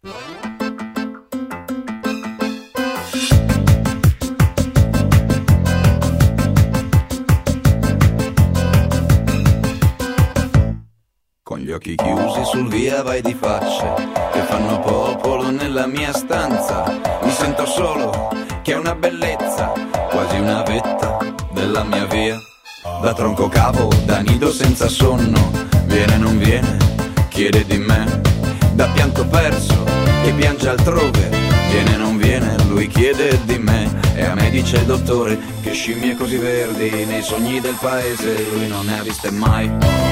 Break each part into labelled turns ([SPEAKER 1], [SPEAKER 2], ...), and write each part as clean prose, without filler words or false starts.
[SPEAKER 1] Con gli occhi chiusi sul via vai di facce che fanno popolo nella mia stanza. Mi sento solo, che è una bellezza, quasi una vetta della mia via. Da tronco cavo, da nido senza sonno, viene non viene, chiede di me. Da pianto perso, che piange altrove, viene non viene, lui chiede di me. E a me dice il dottore che scimmie così verdi nei sogni del paese lui non ne ha viste mai.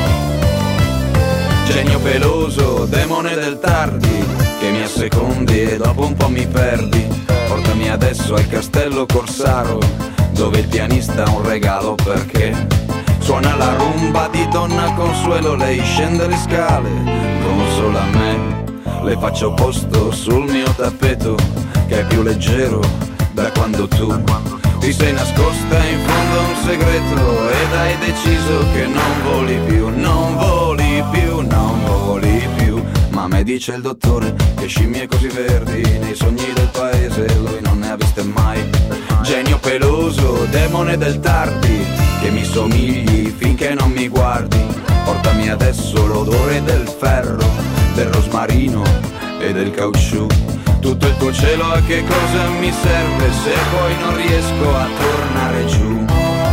[SPEAKER 1] Genio peloso, demone del tardi, che mi assecondi e dopo un po' mi perdi. Portami adesso al castello Corsaro, dove il pianista ha un regalo perché suona la rumba di Donna Consuelo. Lei scende le scale, consola me, le faccio posto sul mio tappeto, che è più leggero da quando tu ti sei nascosta in fondo a un segreto ed hai deciso che non voli più, non voli più, non voli più. Ma me dice il dottore che scimmie così verdi nei sogni del paese lui non ne ha viste mai. Genio peloso, demone del tardi, che mi somigli finché non mi guardi. Portami adesso l'odore del ferro, del rosmarino e del caucciù. Tutto il tuo cielo a che cosa mi serve se poi non riesco a tornare giù?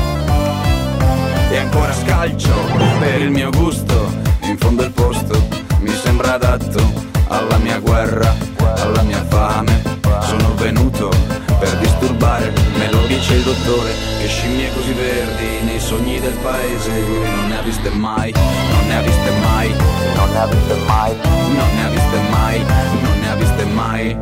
[SPEAKER 1] E ancora scalcio per il mio gusto, in fondo il posto mi sembra adatto alla mia guerra, alla mia fame. Sono venuto per disturbare, me lo dice il dottore, che scimmie così verdi nei sogni del paese lui non ne ha viste mai, non ne ha viste mai, non ne ha viste mai, non ne ha viste mai, non ne ha viste mai.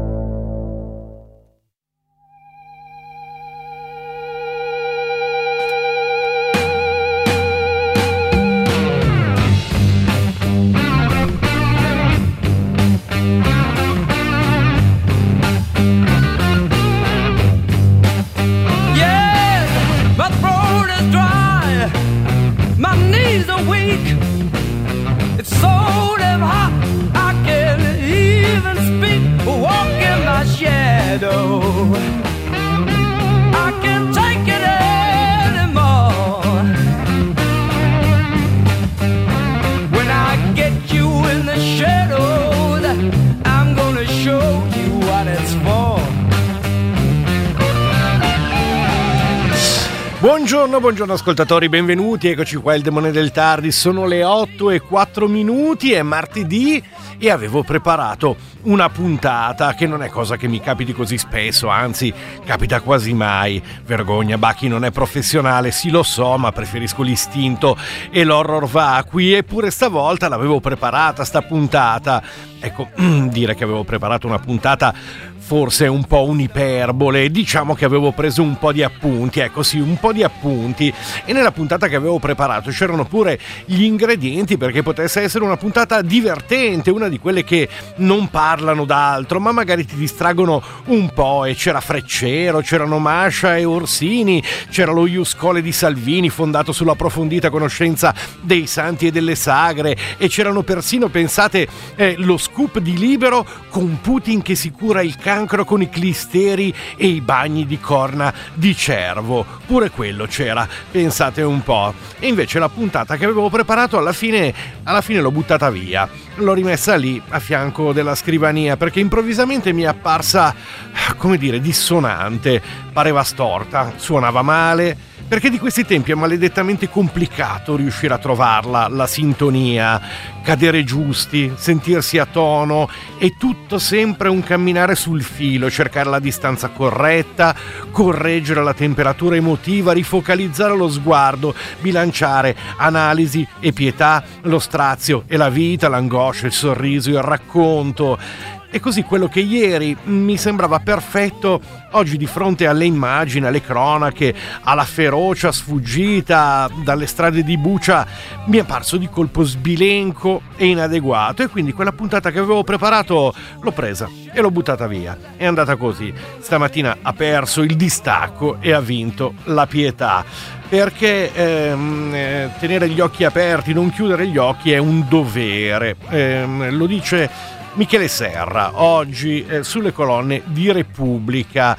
[SPEAKER 2] Buongiorno ascoltatori, benvenuti, eccoci qua il Demone del Tardi, sono le 8:04, è martedì e avevo preparato una puntata che non è cosa che mi capiti così spesso, anzi capita quasi mai. Vergogna, Bacchi non è professionale, sì lo so, ma preferisco l'istinto e l'horror vacui, eppure stavolta l'avevo preparata sta puntata. Ecco, dire che avevo preparato una puntata forse è un po' un'iperbole, diciamo che avevo preso un po' di appunti, ecco sì, un po' di appunti, e nella puntata che avevo preparato c'erano pure gli ingredienti perché potesse essere una puntata divertente, una di quelle che non parlano d'altro ma magari ti distraggono un po', e c'era Freccero, c'erano Mascia e Orsini, c'era lo Ius Scholae di Salvini fondato sulla approfondita conoscenza dei santi e delle sagre, e c'erano persino, pensate, lo scoop di Libero con Putin che si cura il cancro con i clisteri e i bagni di corna di cervo, pure quello c'era, pensate un po'. E invece la puntata che avevo preparato alla fine l'ho buttata via, l'ho rimessa lì a fianco della scrivania perché improvvisamente mi è apparsa, come dire, dissonante, pareva storta, suonava male, perché di questi tempi è maledettamente complicato riuscire a trovarla, la sintonia, cadere giusti, sentirsi a tono, è tutto sempre un camminare sul filo, cercare la distanza corretta, correggere la temperatura emotiva, rifocalizzare lo sguardo, bilanciare analisi e pietà, lo strazio e la vita, l'angoscia, il sorriso, il racconto. E così quello che ieri mi sembrava perfetto, oggi di fronte alle immagini, alle cronache, alla ferocia sfuggita dalle strade di Bucha, mi è apparso di colpo sbilenco e inadeguato, e quindi quella puntata che avevo preparato l'ho presa e l'ho buttata via. È andata così. Stamattina ha perso il distacco e ha vinto la pietà, perché tenere gli occhi aperti, non chiudere gli occhi è un dovere, lo dice Michele Serra, oggi sulle colonne di Repubblica,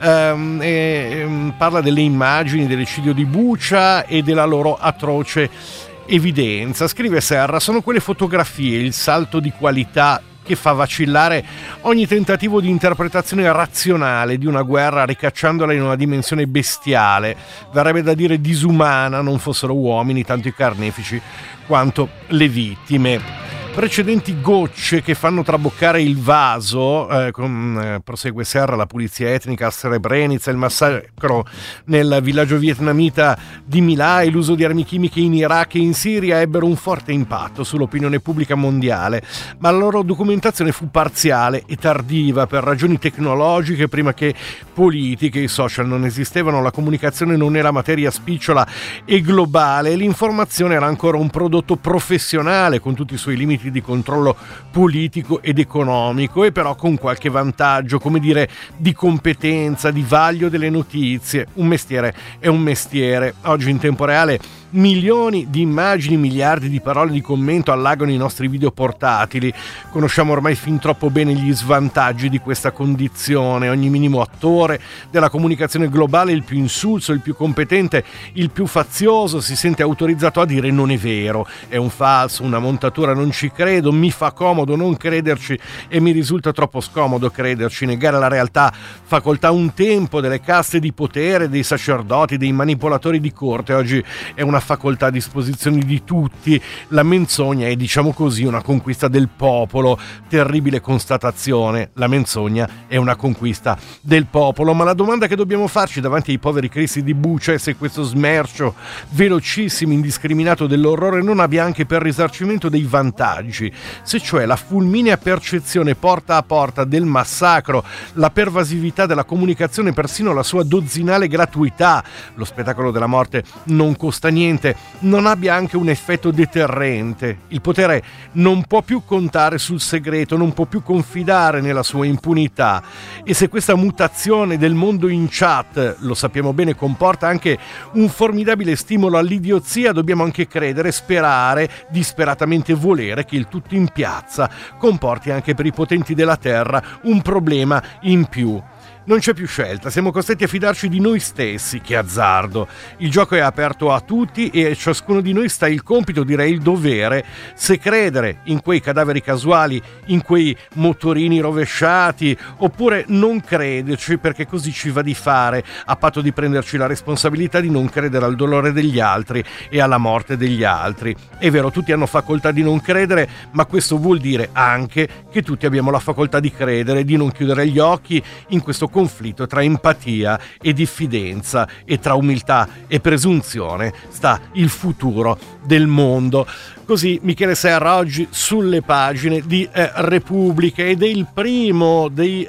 [SPEAKER 2] parla delle immagini dell'eccidio di Bucha e della loro atroce evidenza. Scrive Serra: sono quelle fotografie, il salto di qualità che fa vacillare ogni tentativo di interpretazione razionale di una guerra, ricacciandola in una dimensione bestiale, verrebbe da dire disumana, non fossero uomini tanto i carnefici quanto le vittime. Precedenti gocce che fanno traboccare il vaso, prosegue Serra, la pulizia etnica a Srebrenica, il massacro nel villaggio vietnamita di My e l'uso di armi chimiche in Iraq e in Siria ebbero un forte impatto sull'opinione pubblica mondiale, ma la loro documentazione fu parziale e tardiva per ragioni tecnologiche prima che politiche. I social non esistevano, la comunicazione non era materia spicciola e globale, e l'informazione era ancora un prodotto professionale con tutti i suoi limiti di controllo politico ed economico, e però con qualche vantaggio, come dire, di competenza, di vaglio delle notizie. Un mestiere è un mestiere. Oggi in tempo reale milioni di immagini, miliardi di parole di commento allagano i nostri video portatili. Conosciamo ormai fin troppo bene gli svantaggi di questa condizione. Ogni minimo attore della comunicazione globale, il più insulso, il più competente, il più fazioso, si sente autorizzato a dire non è vero, è un falso, una montatura, non ci credo, mi fa comodo non crederci e mi risulta troppo scomodo crederci. Negare la realtà, facoltà un tempo delle caste di potere, dei sacerdoti, dei manipolatori di corte. Oggi è una facoltà a disposizione di tutti. La menzogna è, diciamo così, una conquista del popolo. Terribile constatazione: la menzogna è una conquista del popolo. Ma la domanda che dobbiamo farci davanti ai poveri cristi di Bucha è se questo smercio velocissimo, indiscriminato dell'orrore non abbia anche per risarcimento dei vantaggi, se cioè la fulminea percezione porta a porta del massacro, la pervasività della comunicazione, persino la sua dozzinale gratuità, lo spettacolo della morte non costa niente, non abbia anche un effetto deterrente. Il potere non può più contare sul segreto, non può più confidare nella sua impunità, e se questa mutazione del mondo in chat, lo sappiamo bene, comporta anche un formidabile stimolo all'idiozia, dobbiamo anche credere, sperare, disperatamente volere che il tutto in piazza comporti anche per i potenti della terra un problema in più. Non c'è più scelta, siamo costretti a fidarci di noi stessi. Che azzardo! Il gioco è aperto a tutti e a ciascuno di noi sta il compito, direi il dovere, se credere in quei cadaveri casuali, in quei motorini rovesciati, oppure non crederci, perché così ci va di fare, a patto di prenderci la responsabilità di non credere al dolore degli altri e alla morte degli altri. È vero, tutti hanno facoltà di non credere, ma questo vuol dire anche che tutti abbiamo la facoltà di credere, di non chiudere gli occhi in questo conflitto tra empatia e diffidenza, e tra umiltà e presunzione sta il futuro del mondo. Così Michele Serra oggi sulle pagine di Repubblica, ed è il primo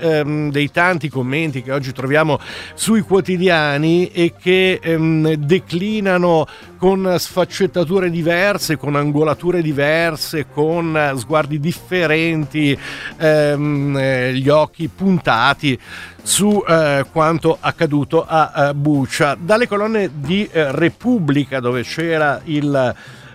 [SPEAKER 2] dei tanti commenti che oggi troviamo sui quotidiani e che declinano con sfaccettature diverse, con angolature diverse, con sguardi differenti, gli occhi puntati su quanto accaduto a Bucha. Dalle colonne di Repubblica, dove c'era il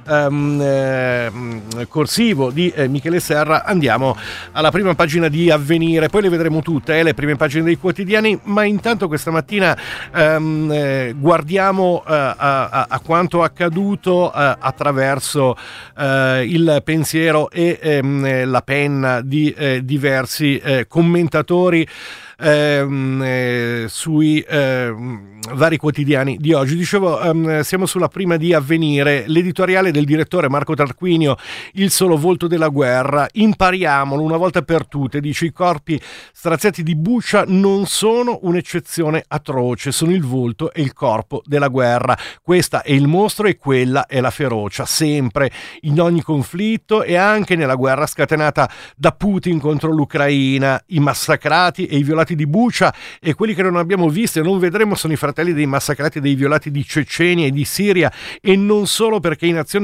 [SPEAKER 2] corsivo di Michele Serra, andiamo alla prima pagina di Avvenire, poi le vedremo tutte le prime pagine dei quotidiani, ma intanto questa mattina guardiamo a quanto accaduto attraverso il pensiero e la penna di diversi commentatori sui vari quotidiani di oggi. Dicevo, siamo sulla prima di Avvenire, l'editoriale del direttore Marco Tarquinio, il solo volto della guerra. Impariamolo una volta per tutte, dice: i corpi straziati di Bucha non sono un'eccezione atroce, sono il volto e il corpo della guerra. Questa è il mostro e quella è la ferocia, sempre, in ogni conflitto e anche nella guerra scatenata da Putin contro l'Ucraina. I massacrati e i violati di Bucha, e quelli che non abbiamo visto e non vedremo, sono i fratelli dei massacrati e dei violati di Cecenia e di Siria, e non solo, perché in azione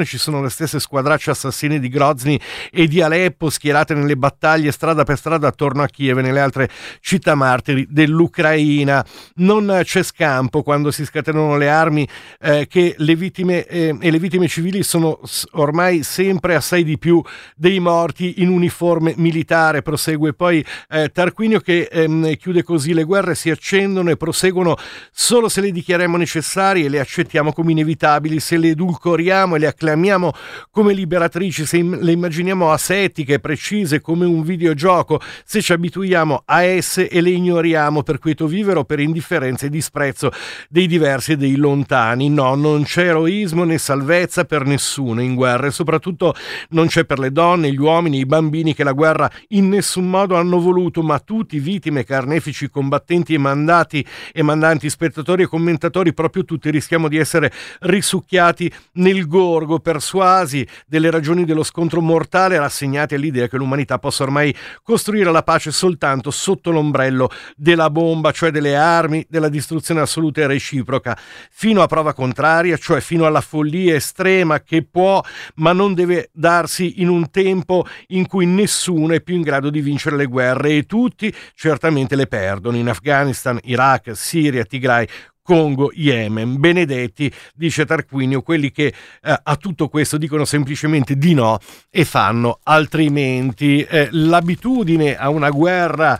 [SPEAKER 2] situazione ci sono le stesse squadracce assassine di Grozny e di Aleppo schierate nelle battaglie strada per strada attorno a Kiev e nelle altre città martiri dell'Ucraina. Non c'è scampo quando si scatenano le armi, che le vittime e le vittime civili sono ormai sempre assai di più dei morti in uniforme militare. Prosegue poi Tarquinio, che chiude così: le guerre si accendono e proseguono solo se le dichiariamo necessarie e le accettiamo come inevitabili, se le edulcoriamo e le acclamiamo come liberatrici, se le immaginiamo asettiche e precise come un videogioco, se ci abituiamo a esse e le ignoriamo per quieto vivere o per indifferenza e disprezzo dei diversi e dei lontani. No, non c'è eroismo né salvezza per nessuno in guerra, e soprattutto non c'è per le donne, gli uomini, i bambini che la guerra in nessun modo hanno voluto, ma tutti, vittime, carnefici, combattenti e mandanti, spettatori e commentatori, proprio tutti rischiamo di essere risucchiati nel gorgo, persuasi delle ragioni dello scontro mortale, rassegnati all'idea che l'umanità possa ormai costruire la pace soltanto sotto l'ombrello della bomba, cioè delle armi, della distruzione assoluta e reciproca, fino a prova contraria, cioè fino alla follia estrema che può ma non deve darsi in un tempo in cui nessuno è più in grado di vincere le guerre e tutti certamente le perdono, in Afghanistan, Iraq, Siria, Tigray, Congo, Yemen. Benedetti, dice Tarquinio, quelli che a tutto questo dicono semplicemente di no e fanno altrimenti. L'abitudine a una guerra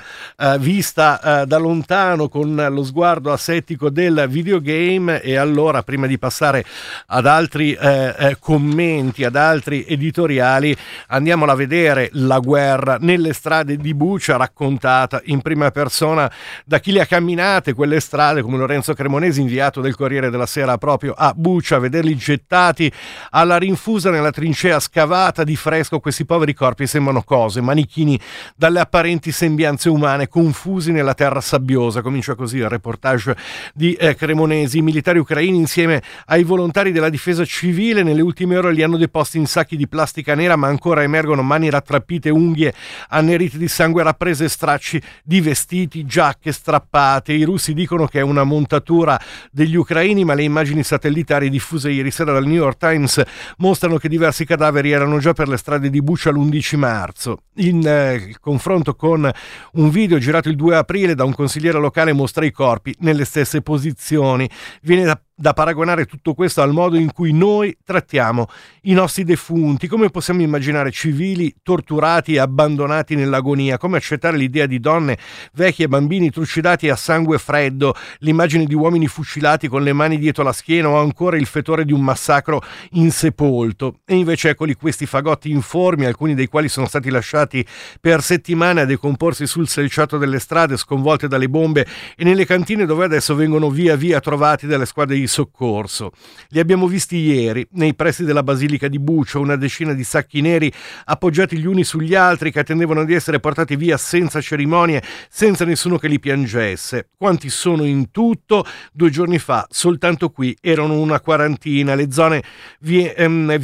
[SPEAKER 2] vista da lontano con lo sguardo asettico del videogame. E allora, prima di passare ad altri commenti, ad altri editoriali, andiamola a vedere la guerra nelle strade di Bucha, raccontata in prima persona da chi le ha camminate quelle strade, come Lorenzo Cremonesi, inviato del Corriere della Sera proprio a Bucha. Vederli gettati alla rinfusa nella trincea scavata di fresco, questi poveri corpi sembrano cose, manichini dalle apparenti sembianze umane, confusi nella terra sabbiosa. Comincia così il reportage di Cremonesi. I militari ucraini, insieme ai volontari della difesa civile, nelle ultime ore li hanno deposti in sacchi di plastica nera, ma ancora emergono mani rattrappite, unghie annerite di sangue, rapprese, stracci di vestiti, giacche strappate. I russi dicono che è una montatura degli ucraini, ma le immagini satellitari diffuse ieri sera dal New York Times mostrano che diversi cadaveri erano già per le strade di Bucha l'11 marzo. Il confronto con un video girato il 2 aprile da un consigliere locale mostra i corpi nelle stesse posizioni. Viene da paragonare tutto questo al modo in cui noi trattiamo i nostri defunti. Come possiamo immaginare civili torturati e abbandonati nell'agonia? Come accettare l'idea di donne, vecchi e bambini trucidati a sangue freddo, l'immagine di uomini fucilati con le mani dietro la schiena, o ancora il fetore di un massacro insepolto? E invece eccoli questi fagotti informi, alcuni dei quali sono stati lasciati per settimane a decomporsi sul selciato delle strade sconvolte dalle bombe e nelle cantine, dove adesso vengono via via trovati dalle squadre di soccorso. Li abbiamo visti ieri nei pressi della basilica di Bucha, una decina di sacchi neri appoggiati gli uni sugli altri che attendevano di essere portati via senza cerimonie, senza nessuno che li piangesse. Quanti sono in tutto? 2 giorni fa soltanto qui erano una quarantina. La zona viene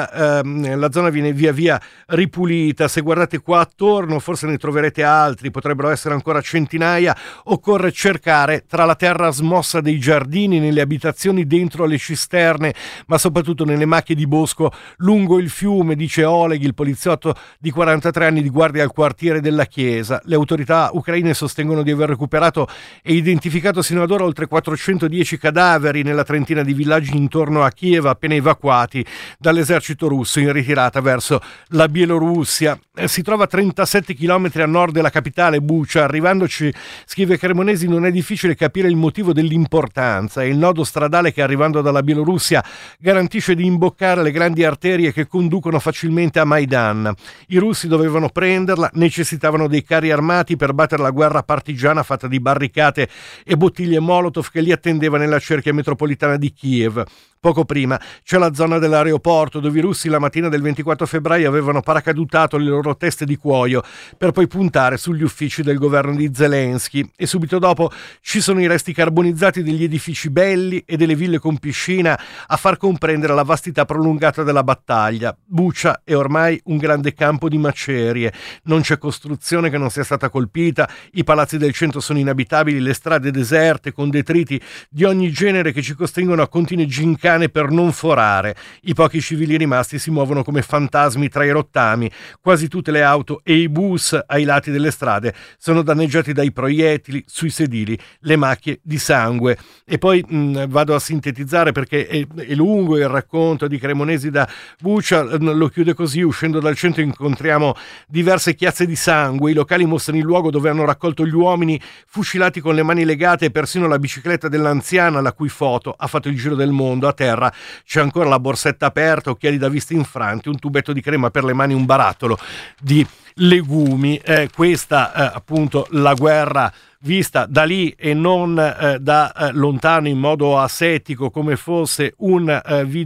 [SPEAKER 2] via via ripulita. Se guardate qua attorno forse ne troverete altri, potrebbero essere ancora centinaia. Occorre cercare tra la terra smossa dei giardini, nelle abitazioni, dentro le cisterne, ma soprattutto nelle macchie di bosco lungo il fiume, dice Oleg, il poliziotto di 43 anni di guardia al quartiere della chiesa. Le autorità ucraine sostengono di aver recuperato e identificato sino ad ora oltre 410 cadaveri nella trentina di villaggi intorno a Kiev appena evacuati dall'esercito russo in ritirata verso la Bielorussia. Si trova a 37 km a nord della capitale Bucha. Arrivandoci, scrive Cremonesi, non è difficile capire il motivo dell'importanza. È il nodo stradale che, arrivando dalla Bielorussia, garantisce di imboccare le grandi arterie che conducono facilmente a Maidan. I russi dovevano prenderla, necessitavano dei carri armati per battere la guerra partigiana fatta di barricate e bottiglie Molotov che li attendeva nella cerchia metropolitana di Kiev. Poco prima c'è la zona dell'aeroporto, dove i russi la mattina del 24 febbraio avevano paracadutato le loro teste di cuoio per poi puntare sugli uffici del governo di Zelensky. E subito dopo ci sono i resti carbonizzati degli edifici belli e delle ville con piscina a far comprendere la vastità prolungata della battaglia. Bucha è ormai un grande campo di macerie, non c'è costruzione che non sia stata colpita, i palazzi del centro sono inabitabili, le strade deserte con detriti di ogni genere che ci costringono a continue gincate cane per non forare. I pochi civili rimasti si muovono come fantasmi tra i rottami. Quasi tutte le auto e i bus ai lati delle strade sono danneggiati dai proiettili, sui sedili, le macchie di sangue. E poi vado a sintetizzare perché è lungo il racconto di Cremonesi da Bucha, lo chiude così: uscendo dal centro incontriamo diverse chiazze di sangue, i locali mostrano il luogo dove hanno raccolto gli uomini fucilati con le mani legate e persino la bicicletta dell'anziana la cui foto ha fatto il giro del mondo. A terra c'è ancora la borsetta aperta, occhiali da vista infranti, un tubetto di crema per le mani, un barattolo di legumi. Questa appunto la guerra vista da lì e non da lontano in modo asettico come fosse un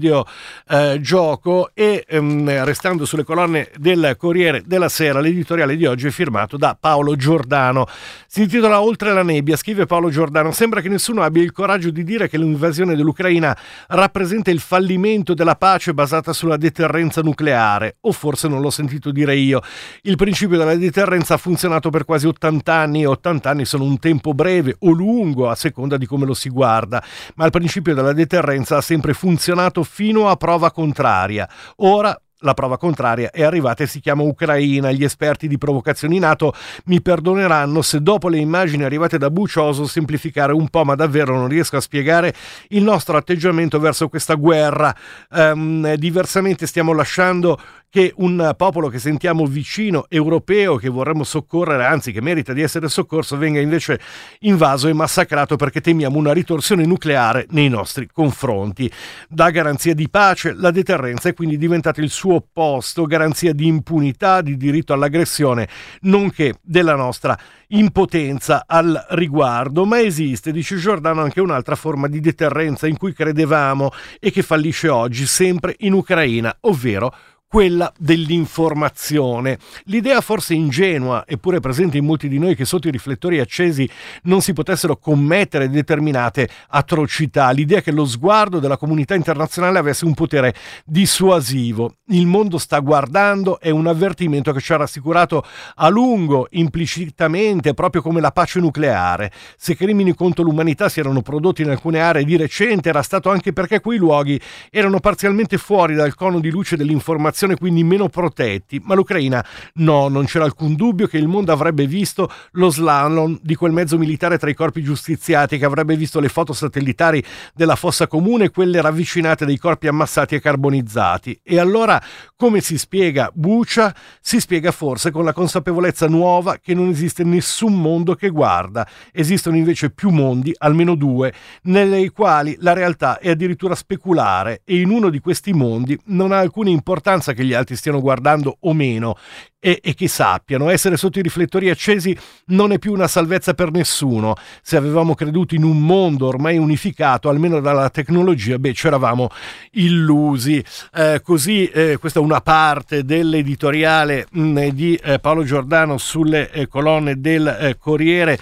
[SPEAKER 2] videogioco. E restando sulle colonne del Corriere della Sera, l'editoriale di oggi è firmato da Paolo Giordano. Si intitola Oltre la nebbia. Scrive Paolo Giordano: sembra che nessuno abbia il coraggio di dire che l'invasione dell'Ucraina rappresenta il fallimento della pace basata sulla deterrenza nucleare, o forse non l'ho sentito dire io. Il principio della deterrenza ha funzionato per quasi 80 anni e 80 anni sono un tempo breve o lungo a seconda di come lo si guarda, ma il principio della deterrenza ha sempre funzionato fino a prova contraria. Ora la prova contraria è arrivata e si chiama Ucraina. Gli esperti di provocazioni NATO mi perdoneranno se dopo le immagini arrivate da Bucha oso semplificare un po', ma davvero non riesco a spiegare il nostro atteggiamento verso questa guerra. Diversamente stiamo lasciando che un popolo che sentiamo vicino, europeo, che vorremmo soccorrere, anzi che merita di essere soccorso, venga invece invaso e massacrato perché temiamo una ritorsione nucleare nei nostri confronti. Da garanzia di pace, la deterrenza è quindi diventata il suo opposto, garanzia di impunità, di diritto all'aggressione, nonché della nostra impotenza al riguardo. Ma esiste, dice Giordano, anche un'altra forma di deterrenza in cui credevamo e che fallisce oggi, sempre in Ucraina, ovvero quella dell'informazione. L'idea forse ingenua, eppure presente in molti di noi, che sotto i riflettori accesi non si potessero commettere determinate atrocità, l'idea che lo sguardo della comunità internazionale avesse un potere dissuasivo. Il mondo sta guardando è un avvertimento che ci ha rassicurato a lungo, implicitamente, proprio come la pace nucleare. Se crimini contro l'umanità si erano prodotti in alcune aree di recente, era stato anche perché quei luoghi erano parzialmente fuori dal cono di luce dell'informazione, quindi meno protetti. Ma l'Ucraina no, non c'era alcun dubbio che il mondo avrebbe visto lo slalom di quel mezzo militare tra i corpi giustiziati, che avrebbe visto le foto satellitari della fossa comune e quelle ravvicinate dei corpi ammassati e carbonizzati. E allora come si spiega Bucha? Si spiega forse con la consapevolezza nuova che non esiste nessun mondo che guarda. Esistono invece più mondi, almeno due, nei quali la realtà è addirittura speculare, e in uno di questi mondi non ha alcuna importanza che gli altri stiano guardando o meno, e che sappiano. Essere sotto i riflettori accesi non è più una salvezza per nessuno. Se avevamo creduto in un mondo ormai unificato, almeno dalla tecnologia, ci eravamo illusi. Questa è una parte dell'editoriale di Paolo Giordano sulle colonne del Corriere,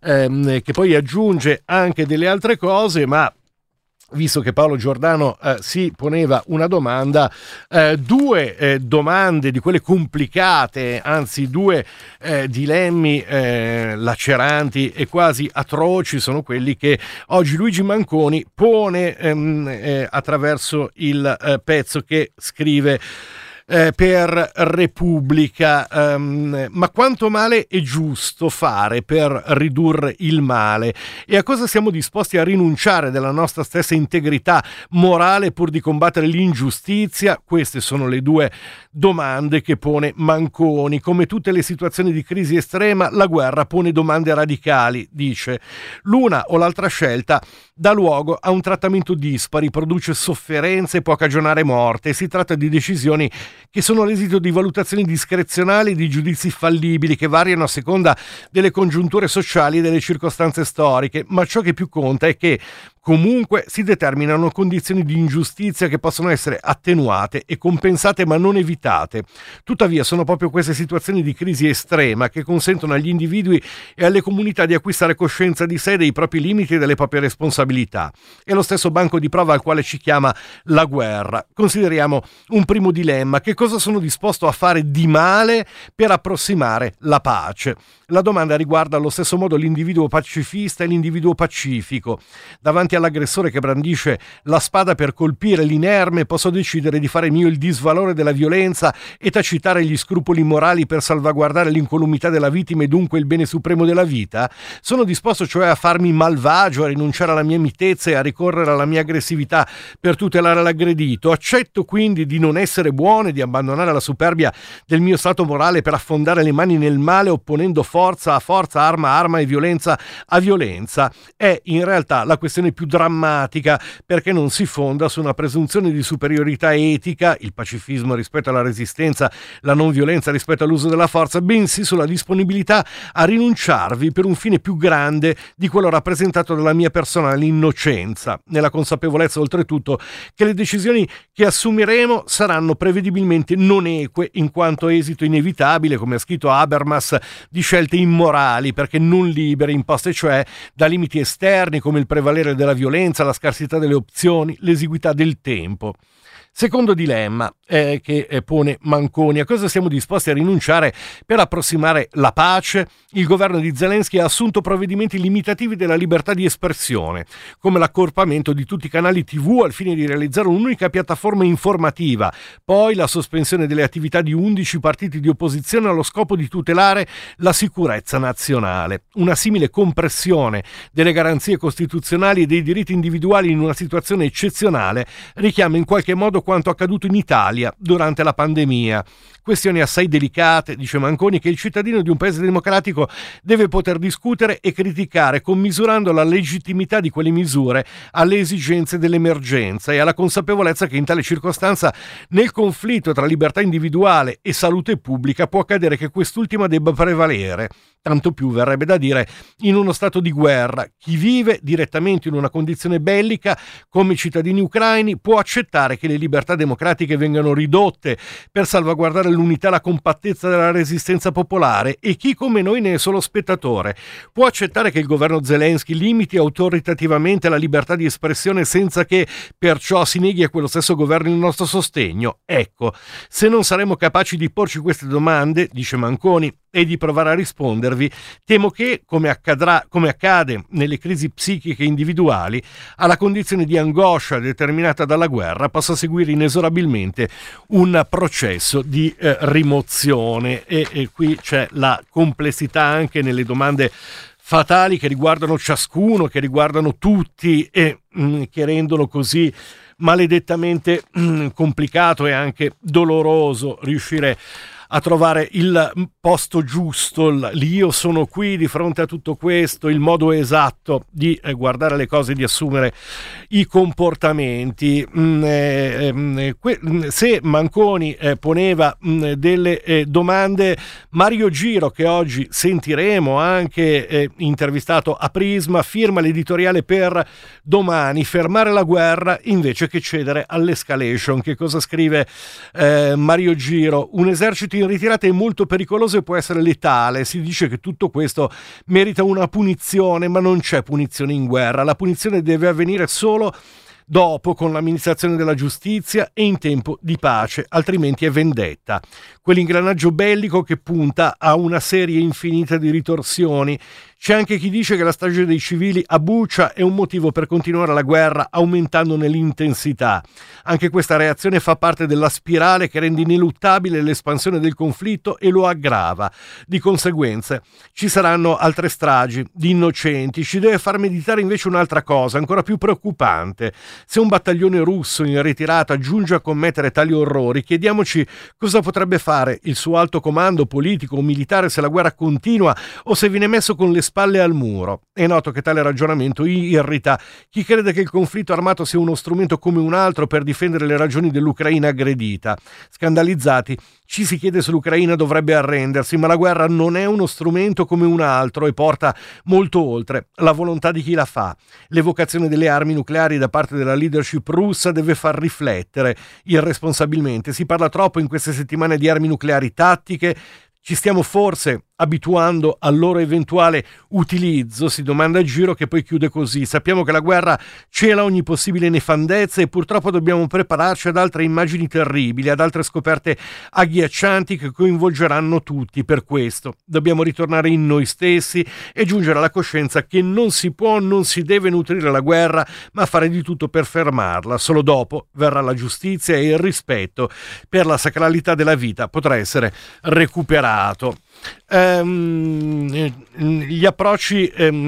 [SPEAKER 2] che poi aggiunge anche delle altre cose, ma visto che Paolo Giordano si poneva una domanda, due domande di quelle complicate, anzi due dilemmi laceranti e quasi atroci, sono quelli che oggi Luigi Manconi pone attraverso il pezzo che scrive per Repubblica. Ma quanto male è giusto fare per ridurre il male, e a cosa siamo disposti a rinunciare della nostra stessa integrità morale pur di combattere l'ingiustizia? Queste sono le due domande che pone Manconi. Come tutte le situazioni di crisi estrema, la guerra pone domande radicali, dice. L'una o l'altra scelta dà luogo a un trattamento dispari, produce sofferenze e può cagionare morte. Si tratta di decisioni che sono l'esito di valutazioni discrezionali, di giudizi fallibili che variano a seconda delle congiunture sociali e delle circostanze storiche, ma ciò che più conta è che comunque si determinano condizioni di ingiustizia che possono essere attenuate e compensate ma non evitate. Tuttavia sono proprio queste situazioni di crisi estrema che consentono agli individui e alle comunità di acquistare coscienza di sé, dei propri limiti e delle proprie responsabilità. È lo stesso banco di prova al quale ci chiama la guerra. Consideriamo un primo dilemma: che cosa sono disposto a fare di male per approssimare la pace? La domanda riguarda allo stesso modo l'individuo pacifista e l'individuo pacifico. Davanti davanti all'aggressore che brandisce la spada per colpire l'inerme posso decidere di fare mio il disvalore della violenza e tacitare gli scrupoli morali per salvaguardare l'incolumità della vittima e dunque il bene supremo della vita? Sono disposto cioè a farmi malvagio, a rinunciare alla mia mitezza e a ricorrere alla mia aggressività per tutelare l'aggredito? Accetto quindi di non essere buono e di abbandonare la superbia del mio stato morale per affondare le mani nel male opponendo forza a forza, arma a arma e violenza a violenza? È in realtà la questione più drammatica, perché non si fonda su una presunzione di superiorità etica, il pacifismo rispetto alla resistenza, la non violenza rispetto all'uso della forza, bensì sulla disponibilità a rinunciarvi per un fine più grande di quello rappresentato dalla mia personale innocenza, nella consapevolezza oltretutto che le decisioni che assumeremo saranno prevedibilmente non eque in quanto esito inevitabile, come ha scritto Habermas, di scelte immorali perché non libere, imposte cioè da limiti esterni come il prevalere della violenza, la scarsità delle opzioni, l'esiguità del tempo. Secondo dilemma che pone Manconi: a cosa siamo disposti a rinunciare per approssimare la pace? Il governo di Zelensky ha assunto provvedimenti limitativi della libertà di espressione, come l'accorpamento di tutti i canali TV al fine di realizzare un'unica piattaforma informativa, poi la sospensione delle attività di 11 partiti di opposizione allo scopo di tutelare la sicurezza nazionale. Una simile compressione delle garanzie costituzionali e dei diritti individuali in una situazione eccezionale richiama in qualche modo quanto accaduto in Italia durante la pandemia. Questioni assai delicate, dice Manconi, che il cittadino di un paese democratico deve poter discutere e criticare, commisurando la legittimità di quelle misure alle esigenze dell'emergenza e alla consapevolezza che in tale circostanza, nel conflitto tra libertà individuale e salute pubblica, può accadere che quest'ultima debba prevalere. Tanto più, verrebbe da dire, in uno stato di guerra. Chi vive direttamente in una condizione bellica, come i cittadini ucraini, può accettare che le libertà democratiche vengano ridotte per salvaguardare l'unità e la compattezza della resistenza popolare, e chi come noi ne è solo spettatore può accettare che il governo Zelensky limiti autoritativamente la libertà di espressione senza che perciò si neghi a quello stesso governo il nostro sostegno? Ecco, se non saremo capaci di porci queste domande, dice Manconi, e di provare a rispondervi, temo che, come accade nelle crisi psichiche individuali, alla condizione di angoscia determinata dalla guerra possa seguire inesorabilmente un processo di rimozione. E qui c'è la complessità anche nelle domande fatali che riguardano ciascuno, che riguardano tutti e che rendono così maledettamente complicato e anche doloroso riuscire a trovare il posto giusto, l'io sono qui di fronte a tutto questo, il modo esatto di guardare le cose, di assumere i comportamenti. Se Manconi poneva delle domande, Mario Giro, che oggi sentiremo anche intervistato a Prisma, firma l'editoriale per Domani: fermare la guerra invece che cedere all'escalation. Che cosa scrive Mario Giro? Un esercito in ritirata è molto pericoloso e può essere letale. Si dice che tutto questo merita una punizione, ma non c'è punizione in guerra. La punizione deve avvenire solo dopo, con l'amministrazione della giustizia e in tempo di pace, altrimenti è vendetta. Quell'ingranaggio bellico che punta a una serie infinita di ritorsioni. C'è anche chi dice che la strage dei civili a Bucha è un motivo per continuare la guerra aumentandone l'intensità. Anche questa reazione fa parte della spirale che rende ineluttabile l'espansione del conflitto e lo aggrava. Di conseguenza ci saranno altre stragi di innocenti. Ci deve far meditare invece un'altra cosa, ancora più preoccupante. Se un battaglione russo in ritirata giunge a commettere tali orrori, chiediamoci cosa potrebbe fare il suo alto comando politico o militare se la guerra continua o se viene messo con le spalle al muro. È noto che tale ragionamento irrita chi crede che il conflitto armato sia uno strumento come un altro per difendere le ragioni dell'Ucraina aggredita. Scandalizzati, ci si chiede se l'Ucraina dovrebbe arrendersi, ma la guerra non è uno strumento come un altro e porta molto oltre la volontà di chi la fa. L'evocazione delle armi nucleari da parte della leadership russa deve far riflettere irresponsabilmente. Si parla troppo in queste settimane di armi nucleari tattiche. Ci stiamo forse abituando al loro eventuale utilizzo, si domanda a giro, che poi chiude così: sappiamo che la guerra cela ogni possibile nefandezza e purtroppo dobbiamo prepararci ad altre immagini terribili, ad altre scoperte agghiaccianti che coinvolgeranno tutti. Per questo dobbiamo ritornare in noi stessi e giungere alla coscienza che non si può, non si deve nutrire la guerra, ma fare di tutto per fermarla. Solo dopo verrà la giustizia e il rispetto per la sacralità della vita potrà essere recuperato. Gli approcci,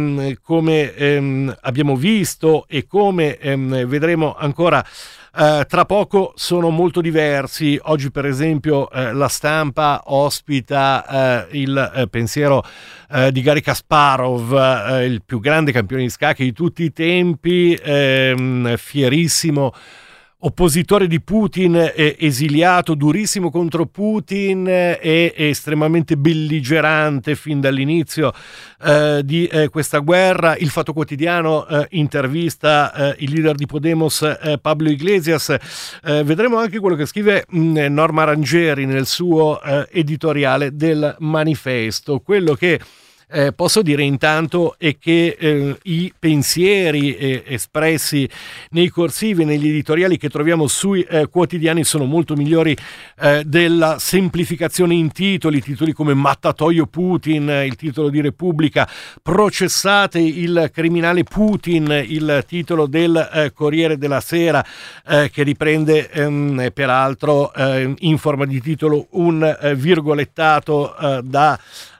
[SPEAKER 2] come abbiamo visto e come vedremo ancora tra poco, sono molto diversi. Oggi per esempio La Stampa ospita il pensiero di Garry Kasparov, il più grande campione di scacchi di tutti i tempi, fierissimo oppositore di Putin, esiliato, durissimo contro Putin e estremamente belligerante fin dall'inizio di questa guerra. Il Fatto Quotidiano intervista il leader di Podemos, Pablo Iglesias. Vedremo anche quello che scrive Norma Rangieri nel suo editoriale del Manifesto. Quello che posso dire intanto è che i pensieri espressi nei corsivi e negli editoriali che troviamo sui quotidiani sono molto migliori della semplificazione in titoli come Mattatoio Putin, il titolo di Repubblica, processate il criminale Putin, il titolo del Corriere della Sera, che riprende peraltro in forma di titolo un virgolettato da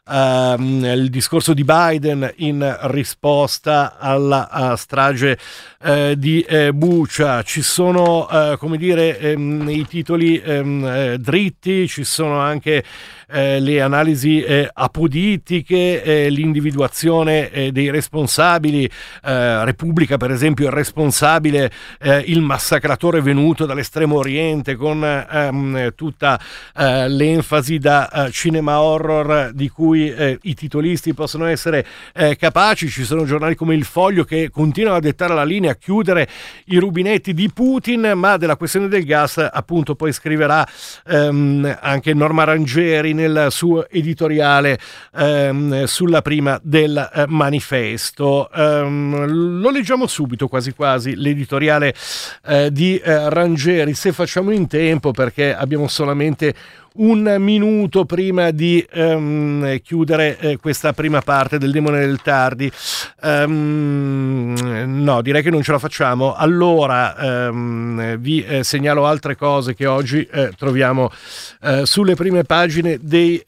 [SPEAKER 2] il discorso di Biden in risposta alla strage di Bucha. Ci sono i titoli dritti, ci sono anche le analisi apodittiche, l'individuazione dei responsabili. Repubblica per esempio il responsabile, il massacratore venuto dall'estremo oriente, con tutta l'enfasi da cinema horror di cui i titolisti possono essere capaci. Ci sono giornali come Il Foglio che continuano a dettare la linea, a chiudere i rubinetti di Putin, ma della questione del gas appunto poi scriverà anche Norma Rangieri nel suo editoriale sulla prima del Manifesto. Lo leggiamo subito quasi quasi l'editoriale di Rangieri, se facciamo in tempo, perché abbiamo solamente un minuto prima di chiudere questa prima parte del Demone del Tardi. No, direi che non ce la facciamo. Allora vi segnalo altre cose che oggi troviamo sulle prime pagine dei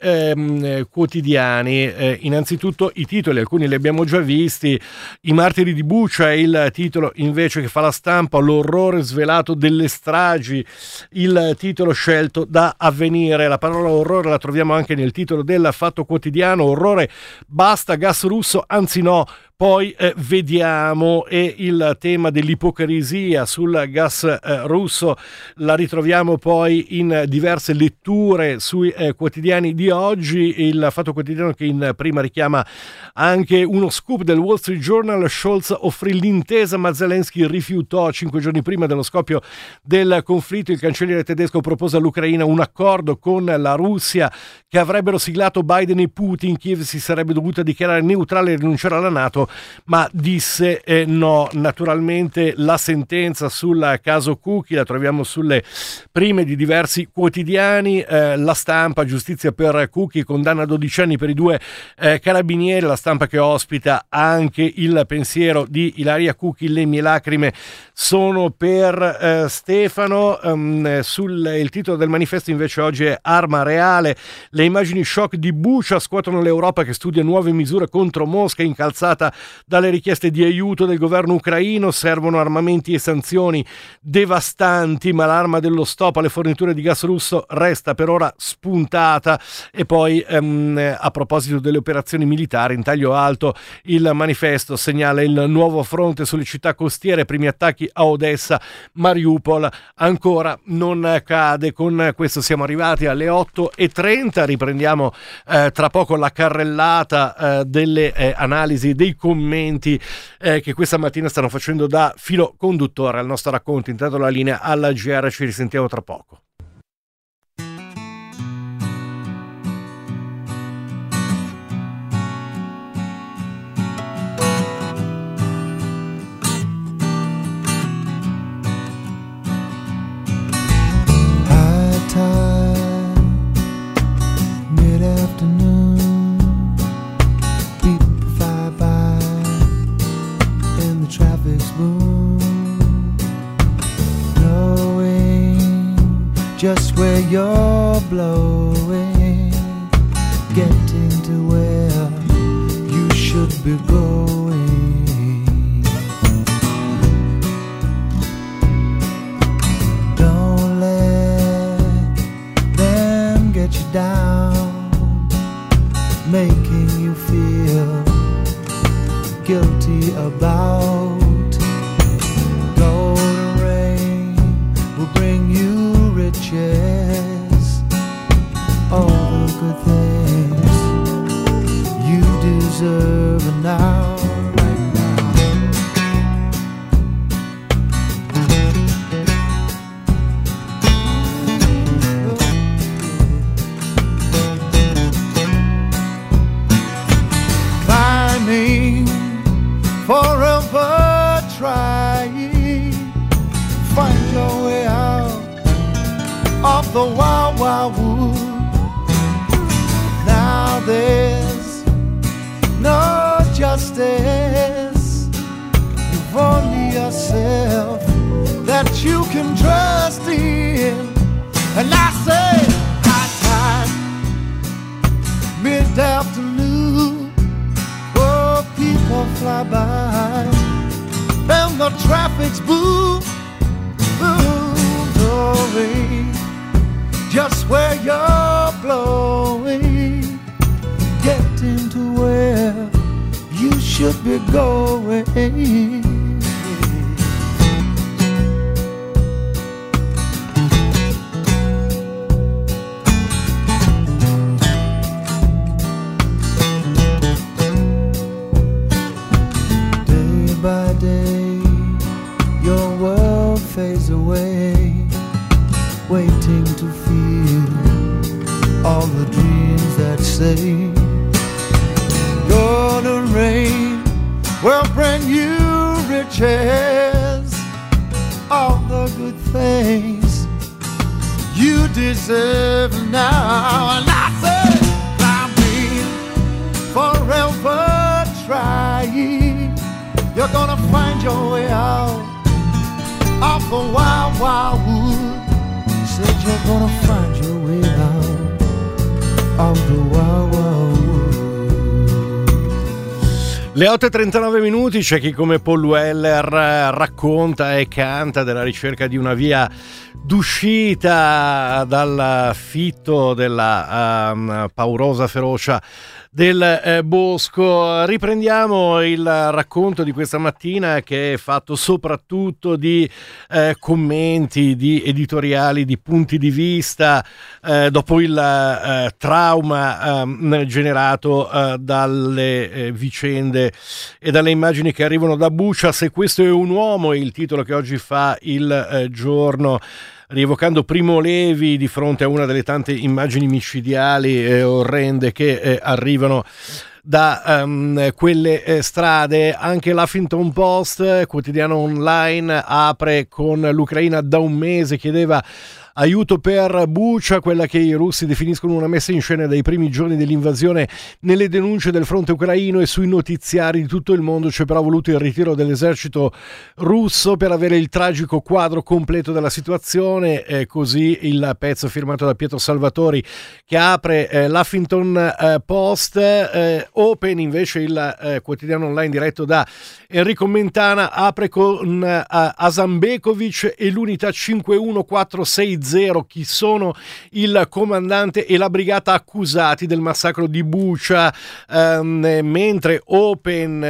[SPEAKER 2] quotidiani. Innanzitutto i titoli, alcuni li abbiamo già visti. I martiri di Bucha è il titolo invece che fa La Stampa, l'orrore svelato delle stragi, il titolo scelto da Avvenire. La parola orrore la troviamo anche nel titolo del Fatto Quotidiano: orrore, basta gas russo, anzi no, poi vediamo. E il tema dell'ipocrisia sul gas russo la ritroviamo poi in diverse letture sui quotidiani di oggi. Il Fatto Quotidiano che in prima richiama anche uno scoop del Wall Street Journal: Scholz offrì l'intesa ma Zelensky rifiutò. 5 giorni prima dello scoppio del conflitto il cancelliere tedesco propose all'Ucraina un accordo con la Russia che avrebbero siglato Biden e Putin. Kiev si sarebbe dovuta dichiarare neutrale e rinunciare alla NATO, ma disse no. Naturalmente la sentenza sul caso Cucchi la troviamo sulle prime di diversi quotidiani. La Stampa: giustizia per Cucchi, condanna a 12 anni per i 2 carabinieri. La Stampa che ospita anche il pensiero di Ilaria Cucchi: le mie lacrime sono per Stefano. Il titolo del Manifesto invece oggi è Arma reale. Le immagini shock di Bucha scuotono l'Europa che studia nuove misure contro Mosca, incalzata dalle richieste di aiuto del governo ucraino. Servono armamenti e sanzioni devastanti, ma l'arma dello stop alle forniture di gas russo resta per ora spuntata. E poi a proposito delle operazioni militari in taglio alto, il Manifesto segnala il nuovo fronte sulle città costiere, primi attacchi a Odessa, Mariupol ancora non cade. Con questo siamo arrivati alle 8:30, riprendiamo tra poco la carrellata delle analisi, dei commenti che questa mattina stanno facendo da filo conduttore al nostro racconto. Intanto la linea alla GR, ci risentiamo tra poco.
[SPEAKER 3] just where you're blowing, getting to where you should be going. Don't let them get you down, making you feel guilty about. Golden rain will bring you riches, all the good things you deserve now, right now. Climbing, forever trying, find your way out of the wild, wild wood. Now there's no justice, you've only yourself that you can trust in. And I say, high time, mid-afternoon, oh, people fly by, and the traffic's boom, boom, blowing, just where you're blowing, getting to where you should be going. Day by day, your world fades away, waiting to feel all the dreams that say golden rain will bring you riches, all the good things you deserve now. And I say, climbing, forever trying, you're gonna find your way out of the wild, wild wood. Said you're gonna find your way out of the wild, wild wood.
[SPEAKER 2] Le 8:39 minuti, c'è chi come Paul Weller racconta e canta della ricerca di una via d'uscita dal fitto della paurosa ferocia del bosco. Riprendiamo il racconto di questa mattina, che è fatto soprattutto di commenti, di editoriali, di punti di vista dopo il trauma generato dalle vicende e dalle immagini che arrivano da Bucha. Se questo è un uomo, è il titolo che oggi fa il Giorno, rievocando Primo Levi di fronte a una delle tante immagini micidiali e orrende che arrivano da quelle strade. Anche l'Huffington Post, quotidiano online, apre con l'Ucraina da un mese chiedeva aiuto per Bucha, quella che i russi definiscono una messa in scena dai primi giorni dell'invasione. Nelle denunce del fronte ucraino e sui notiziari di tutto il mondo c'è però voluto il ritiro dell'esercito russo per avere il tragico quadro completo della situazione. Così il pezzo firmato da Pietro Salvatori, che apre l'Huffington Post. Open, invece, il quotidiano online diretto da Enrico Mentana, apre con Hasanbegovic e l'unità 51460. Chi sono il comandante e la brigata accusati del massacro di Bucha, mentre Open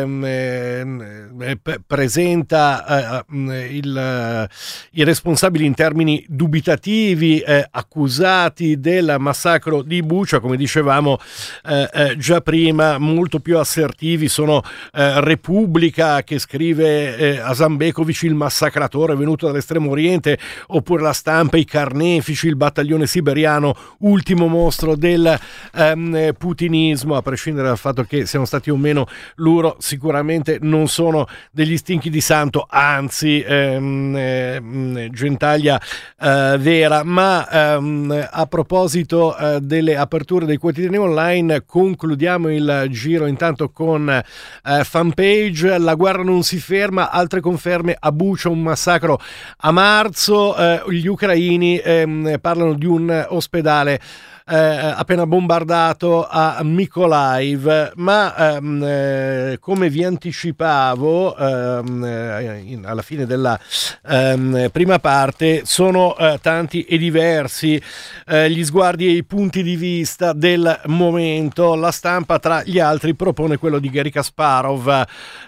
[SPEAKER 2] presenta i responsabili in termini dubitativi, accusati del massacro di Bucha. Come dicevamo già prima, molto più assertivi sono Repubblica, che scrive Hasanbegovic il massacratore venuto dall'estremo oriente, oppure La Stampa, i carnefici, il battaglione siberiano, ultimo mostro del putinismo. A prescindere dal fatto che siano stati o meno loro, sicuramente non sono degli stinchi di santo, anzi gentaglia vera. Ma a proposito delle aperture dei quotidiani online, concludiamo il giro intanto con Fanpage. La guerra non si ferma, altre conferme a Bucha, un massacro a marzo. Gli ucraini ucraini parlano di un ospedale appena bombardato a Mykolaiv, ma come vi anticipavo alla fine della prima parte, sono tanti e diversi gli sguardi e i punti di vista del momento. La Stampa, tra gli altri, propone quello di Garry Kasparov,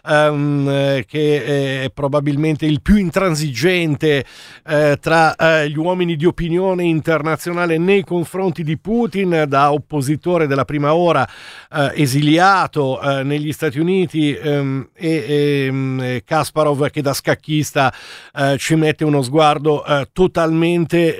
[SPEAKER 2] che è probabilmente il più intransigente tra gli uomini di opinione internazionale nei confronti di Putin, da oppositore della prima ora, esiliato negli Stati Uniti, e Kasparov che da scacchista ci mette uno sguardo totalmente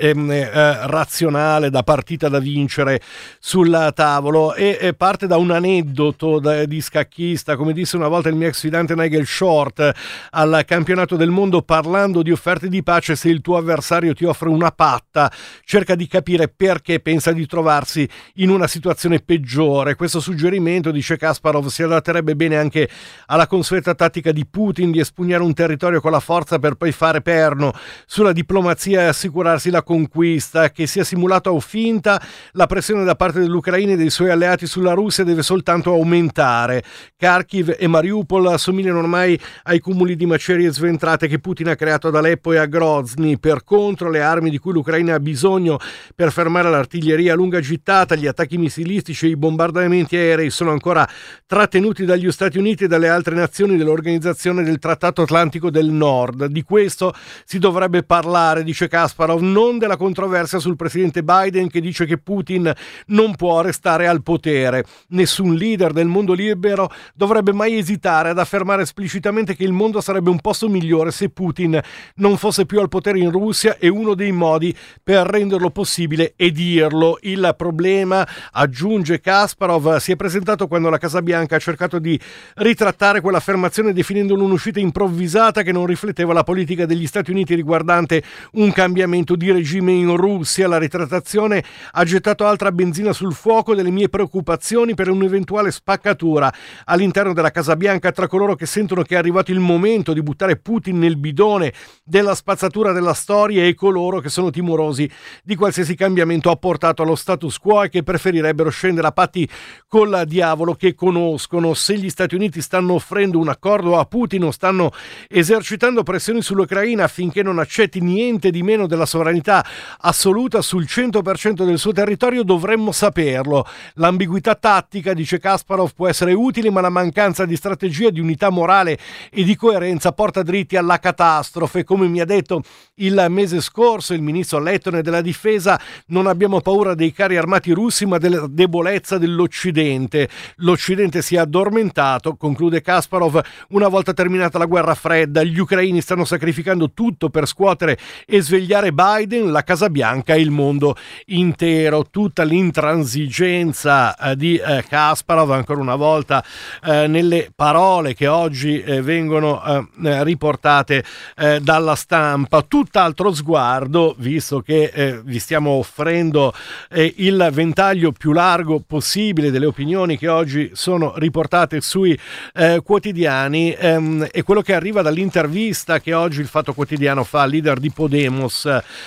[SPEAKER 2] razionale, da partita da vincere sul tavolo, e parte da un aneddoto di scacchista. Come disse una volta il mio ex sfidante Nigel Short al campionato del mondo, parlando di offerte di pace: se il tuo avversario ti offre una patta, cerca di capire perché pensa di trovarsi in una situazione peggiore. Questo suggerimento, dice Kasparov, si adatterebbe bene anche alla consueta tattica di Putin di espugnare un territorio con la forza per poi fare perno sulla diplomazia e assicurarsi la conquista. Che sia simulata o finta, la pressione da parte dell'Ucraina e dei suoi alleati sulla Russia deve soltanto aumentare. Kharkiv e Mariupol assomigliano ormai ai cumuli di macerie sventrate che Putin ha creato ad Aleppo e a Grozny. Per contro, le armi di cui l'Ucraina ha bisogno per fermare l'artiglieria a lunga gittata, gli attacchi missilistici e i bombardamenti aerei, sono ancora trattenuti dagli Stati Uniti e dalle altre nazioni dell'Organizzazione del Trattato Atlantico del Nord. Di questo si dovrebbe parlare, dice Kasparov, non della controversia sul presidente Biden, che dice che Putin non può restare al potere. Nessun leader del mondo libero dovrebbe mai esitare ad affermare esplicitamente che il mondo sarebbe un posto migliore se Putin non fosse più al potere in Russia, e uno dei modi per renderlo possibile è dirlo. Il problema, aggiunge Kasparov, si è presentato quando la Casa Bianca ha cercato di ritrattare quell'affermazione definendola un'uscita improvvisata che non rifletteva la politica degli Stati Uniti riguardante un cambiamento di regime in Russia. La ritrattazione ha gettato altra benzina sul fuoco delle mie preoccupazioni per un'eventuale spaccatura all'interno della Casa Bianca tra coloro che sentono che è arrivato il momento di buttare Putin nel bidone della spazzatura della storia e coloro che sono timorosi di qualsiasi cambiamento apportato allo status quo e che preferirebbero scendere a patti col diavolo che conoscono. Se gli Stati Uniti stanno offrendo un accordo a Putin o stanno esercitando pressioni sull'Ucraina affinché non accetti niente di meno della sovranità assoluta sul 100% del suo territorio, dovremmo saperlo. L'ambiguità tattica, dice Kasparov, può essere utile, ma la mancanza di strategia, di unità morale e di coerenza porta dritti alla catastrofe. Come mi ha detto il mese scorso il ministro lettone della difesa, non abbiamo paura dei carri armati russi, ma della debolezza dell'Occidente. L'Occidente si è addormentato, conclude Kasparov, una volta terminata la guerra fredda. Gli ucraini stanno sacrificando tutto per scuotere e svegliare Biden, la Casa Bianca e il mondo intero. Tutta l'intransigenza di Kasparov, ancora una volta, nelle parole che oggi vengono riportate dalla Stampa. Tutt'altro sguardo, visto che vi stiamo offrendo il ventaglio più largo possibile delle opinioni che oggi sono riportate sui quotidiani, e quello che arriva dall'intervista che oggi il Fatto Quotidiano fa al leader di Podemos,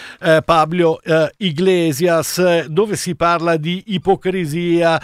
[SPEAKER 2] Pablo Iglesias, dove si parla di ipocrisia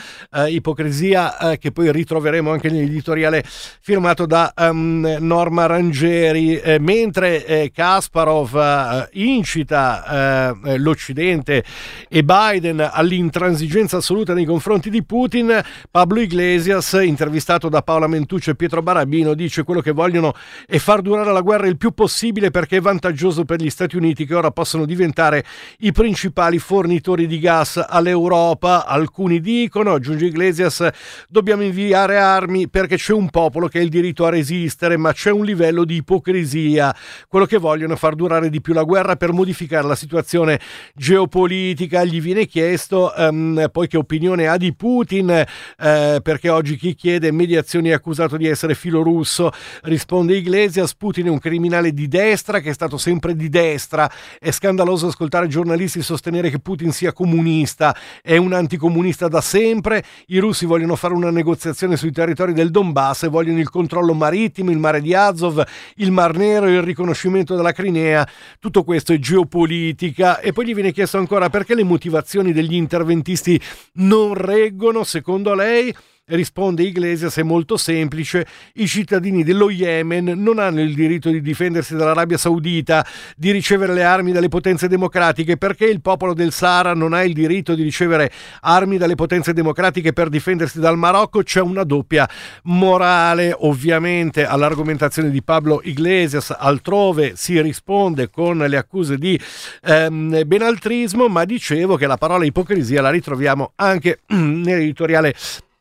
[SPEAKER 2] che poi ritroveremo anche nell'editoriale firmato da Norma Rangieri, mentre Kasparov incita l'Occidente e Biden all'intransigenza assoluta nei confronti di Putin. Pablo Iglesias, intervistato da Paola Mentucci e Pietro Barabino, dice: quello che vogliono è far durare la guerra il più possibile perché è vantaggioso per gli Stati Uniti, che ora possono diventare i principali fornitori di gas all'Europa. Alcuni dicono, aggiunge Iglesias, dobbiamo inviare armi perché c'è un popolo che ha il diritto a resistere, ma c'è un livello di ipocrisia. Quello che vogliono è far durare di più la guerra per modificare la situazione geopolitica. Gli viene chiesto manifesto. Poi che opinione ha di Putin, perché oggi chi chiede mediazioni è accusato di essere filorusso. Risponde Iglesias: Putin è un criminale di destra che è stato sempre di destra. È scandaloso ascoltare giornalisti sostenere che Putin sia comunista, è un anticomunista da sempre. I russi vogliono fare una negoziazione sui territori del Donbass e vogliono il controllo marittimo, il mare di Azov, il Mar Nero e il riconoscimento della Crimea. Tutto questo è geopolitica. E poi gli viene chiesto ancora perché le motivazioni degli interventisti non reggono secondo lei. Risponde Iglesias: è molto semplice, i cittadini dello Yemen non hanno il diritto di difendersi dall'Arabia Saudita, di ricevere le armi dalle potenze democratiche, perché il popolo del Sahara non ha il diritto di ricevere armi dalle potenze democratiche per difendersi dal Marocco. C'è una doppia morale. Ovviamente all'argomentazione di Pablo Iglesias altrove si risponde con le accuse di benaltrismo, ma dicevo che la parola ipocrisia la ritroviamo anche nell'editoriale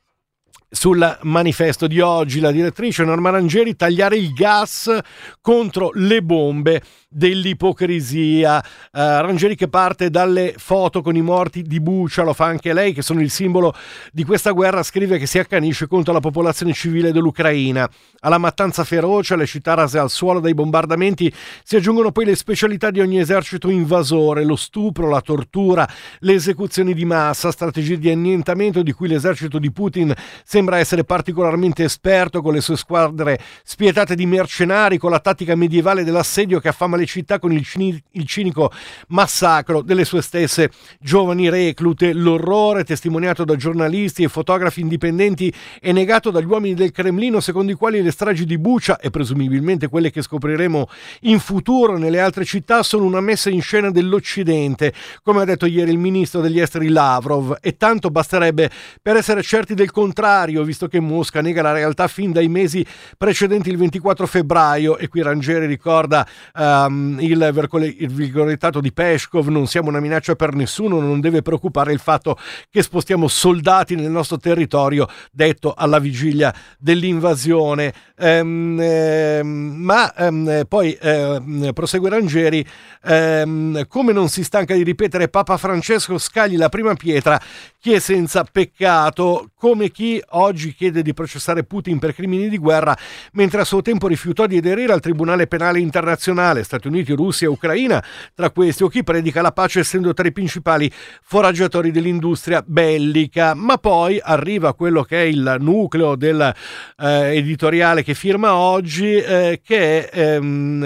[SPEAKER 2] sul manifesto di oggi. La direttrice Norma Rangieri: tagliare il gas contro le bombe dell'ipocrisia. Rangieri che parte dalle foto con i morti di Bucha, lo fa anche lei, che sono il simbolo di questa guerra. Scrive che si accanisce contro la popolazione civile dell'Ucraina. Alla mattanza feroce, alle città rase al suolo dai bombardamenti, si aggiungono poi le specialità di ogni esercito invasore: lo stupro, la tortura, le esecuzioni di massa, strategie di annientamento di cui l'esercito di Putin sembra essere particolarmente esperto, con le sue squadre spietate di mercenari, con la tattica medievale dell'assedio che affama le città, con il cinico massacro delle sue stesse giovani reclute. L'orrore, testimoniato da giornalisti e fotografi indipendenti e negato dagli uomini del Cremlino, secondo i quali le stragi di Bucha e presumibilmente quelle che scopriremo in futuro nelle altre città sono una messa in scena dell'Occidente, come ha detto ieri il ministro degli esteri Lavrov. E tanto basterebbe per essere certi del contrario, visto che Mosca nega la realtà fin dai mesi precedenti il 24 febbraio. E qui Rangieri ricorda il virgolettato di Peskov: non siamo una minaccia per nessuno, non deve preoccupare il fatto che spostiamo soldati nel nostro territorio, detto alla vigilia dell'invasione. Poi prosegue Rangieri: come non si stanca di ripetere Papa Francesco, scagli la prima pietra chi è senza peccato, come chi oggi chiede di processare Putin per crimini di guerra, mentre a suo tempo rifiutò di aderire al Tribunale Penale Internazionale, Stati Uniti, Russia e Ucraina tra questi, o chi predica la pace essendo tra i principali foraggiatori dell'industria bellica. Ma poi arriva quello che è il nucleo del editoriale che firma oggi, che è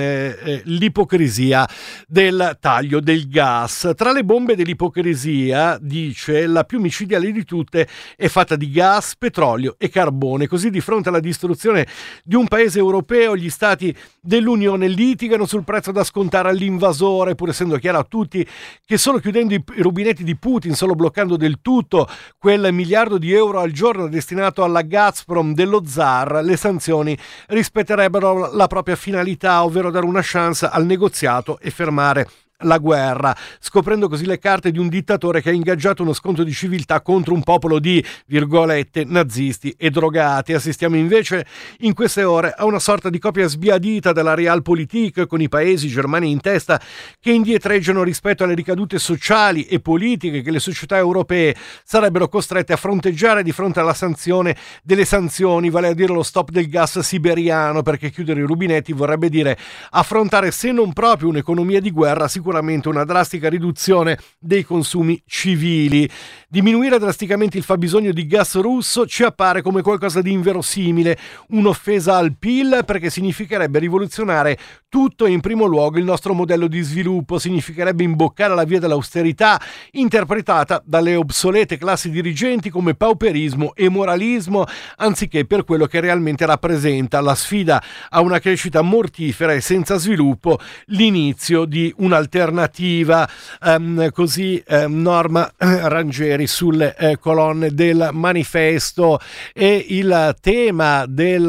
[SPEAKER 2] l'ipocrisia del taglio del gas. Tra le bombe dell'ipocrisia, dice, la più micidiale di tutte è fatta di gas, petrolio e carbone. Così, di fronte alla distruzione di un paese europeo, gli stati dell'Unione litigano sul prezzo da scontare all'invasore, pur essendo chiaro a tutti che solo chiudendo i rubinetti di Putin, solo bloccando del tutto quel $1 miliardo al giorno destinato alla Gazprom dello zar, le sanzioni rispetterebbero la propria finalità, ovvero dare una chance al negoziato e fermare la guerra, scoprendo così le carte di un dittatore che ha ingaggiato uno scontro di civiltà contro un popolo di, virgolette, nazisti e drogati. Assistiamo invece in queste ore a una sorta di copia sbiadita della Realpolitik, con i paesi, Germania in testa, che indietreggiano rispetto alle ricadute sociali e politiche che le società europee sarebbero costrette a fronteggiare di fronte alla sanzione delle sanzioni, vale a dire lo stop del gas siberiano, perché chiudere i rubinetti vorrebbe dire affrontare, se non proprio un'economia di guerra, sicuramente una drastica riduzione dei consumi civili. Diminuire drasticamente il fabbisogno di gas russo ci appare come qualcosa di inverosimile, un'offesa al PIL, perché significherebbe rivoluzionare tutto e in primo luogo il nostro modello di sviluppo, significherebbe imboccare la via dell'austerità, interpretata dalle obsolete classi dirigenti come pauperismo e moralismo, anziché per quello che realmente rappresenta: la sfida a una crescita mortifera e senza sviluppo, l'inizio di un'alternativa. Così Norma Rangieri sulle colonne del manifesto. E il tema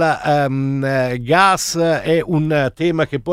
[SPEAKER 2] del gas è un tema che poi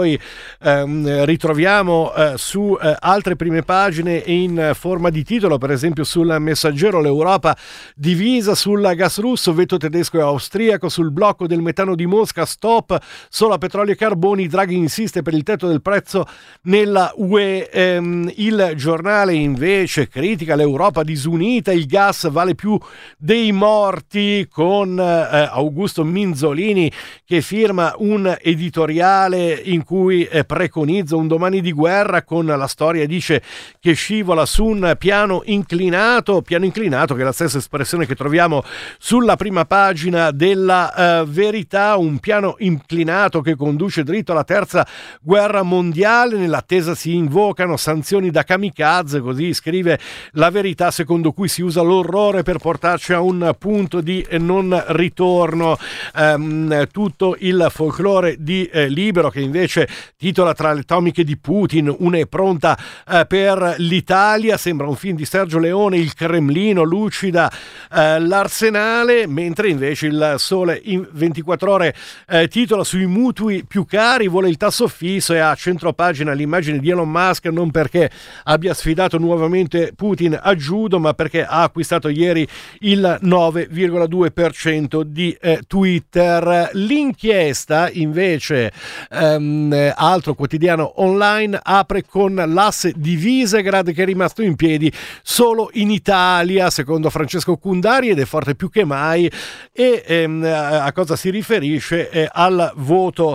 [SPEAKER 2] ritroviamo su altre prime pagine in forma di titolo, per esempio sul Messaggero: l'Europa divisa sul gas russo, veto tedesco e austriaco; sul blocco del metano di Mosca, stop solo a petrolio e carboni, Draghi insiste per il tetto del prezzo nella UE. 2. Il giornale invece critica l'Europa disunita, il gas vale più dei morti, con Augusto Minzolini che firma un editoriale in cui preconizza un domani di guerra con la storia, dice, che scivola su un piano inclinato che è la stessa espressione che troviamo sulla prima pagina della Verità, un piano inclinato che conduce dritto alla terza guerra mondiale. Nell'attesa si invocano sanzioni da kamikaze, così scrive la Verità, secondo cui si usa l'orrore per portarci a un punto di non ritorno. Tutto il folklore di Libero, che invece titola Tra le atomiche di Putin, una è pronta per l'Italia, sembra un film di Sergio Leone, il Cremlino lucida l'arsenale, mentre invece il Sole in 24 ore titola sui mutui più cari, vuole il tasso fisso, e a centropagina l'immagine di Elon Musk, non perché abbia sfidato nuovamente Putin a judo, ma perché ha acquistato ieri il 9,2% di Twitter. L'inchiesta invece, altro quotidiano online, apre con l'asse di Visegrad che è rimasto in piedi solo in Italia, secondo Francesco Cundari, ed è forte più che mai. E a cosa si riferisce? Al voto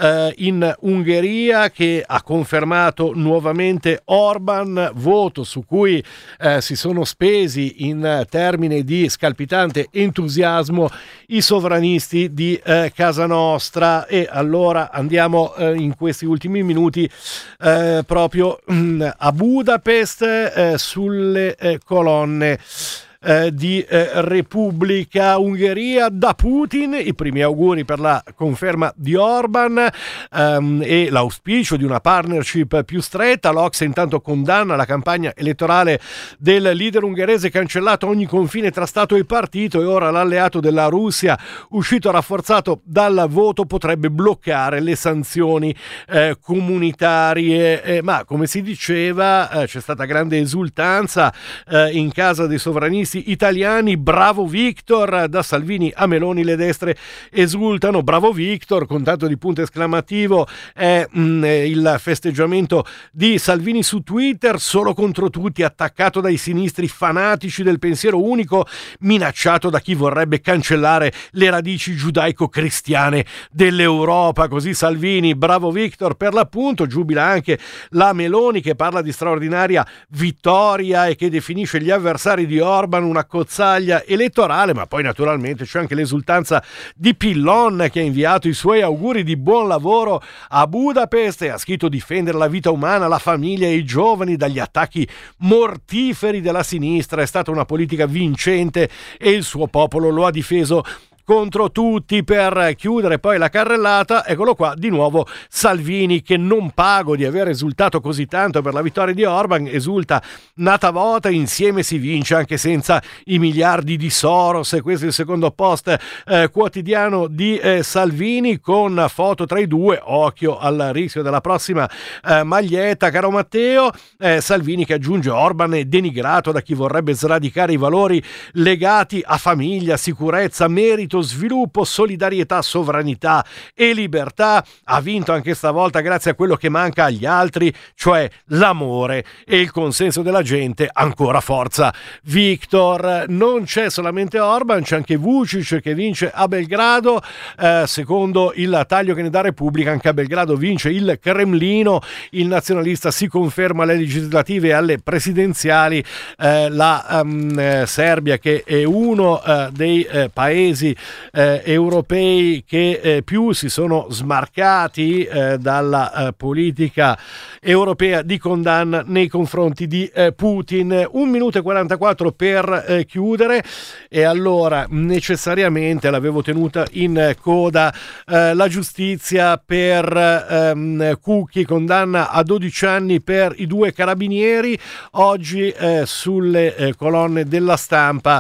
[SPEAKER 2] in Ungheria, che ha confermato nuovamente Orban, voto su cui si sono spesi in termini di scalpitante entusiasmo i sovranisti di Casa Nostra. E allora andiamo in questi ultimi minuti proprio a Budapest, sulle colonne di Repubblica. Ungheria da Putin, i primi auguri per la conferma di Orban e l'auspicio di una partnership più stretta. L'Ocse intanto condanna la campagna elettorale del leader ungherese, cancellato ogni confine tra Stato e partito, e ora l'alleato della Russia, uscito rafforzato dal voto, potrebbe bloccare le sanzioni comunitarie. Ma come si diceva, c'è stata grande esultanza in casa dei sovranisti italiani. Bravo Victor, da Salvini a Meloni le destre esultano. Bravo Victor, con tanto di punto esclamativo, è il festeggiamento di Salvini su Twitter. Solo contro tutti, attaccato dai sinistri fanatici del pensiero unico, minacciato da chi vorrebbe cancellare le radici giudaico-cristiane dell'Europa. Così Salvini, bravo Victor per l'appunto. Giubila anche la Meloni, che parla di straordinaria vittoria e che definisce gli avversari di Orban una cozzaglia elettorale. Ma poi naturalmente c'è anche l'esultanza di Pillon, che ha inviato i suoi auguri di buon lavoro a Budapest e ha scritto difendere la vita umana, la famiglia e i giovani dagli attacchi mortiferi della sinistra. È stata una politica vincente e il suo popolo lo ha difeso contro tutti. Per chiudere poi la carrellata, eccolo qua di nuovo Salvini, che non pago di aver esultato così tanto per la vittoria di Orban, esulta nata vota, insieme si vince anche senza i miliardi di Soros. E questo è il secondo post quotidiano di Salvini, con foto tra i due, occhio al rischio della prossima maglietta, caro Matteo. Salvini che aggiunge: Orban è denigrato da chi vorrebbe sradicare i valori legati a famiglia, sicurezza, merito, sviluppo, solidarietà, sovranità e libertà. Ha vinto anche stavolta grazie a quello che manca agli altri, cioè l'amore e il consenso della gente. Ancora forza Victor. Non c'è solamente Orban, c'è anche Vučić che vince a Belgrado. Secondo il taglio che ne dà Repubblica, anche a Belgrado vince il Cremlino. Il nazionalista si conferma alle legislative e alle presidenziali. La Serbia, che è uno dei paesi europei che più si sono smarcati dalla politica europea di condanna nei confronti di Putin. 1 minuto e 44 per chiudere, e allora necessariamente l'avevo tenuta in coda. La giustizia per Cucchi, condanna a 12 anni per i 2 carabinieri. Oggi sulle colonne della Stampa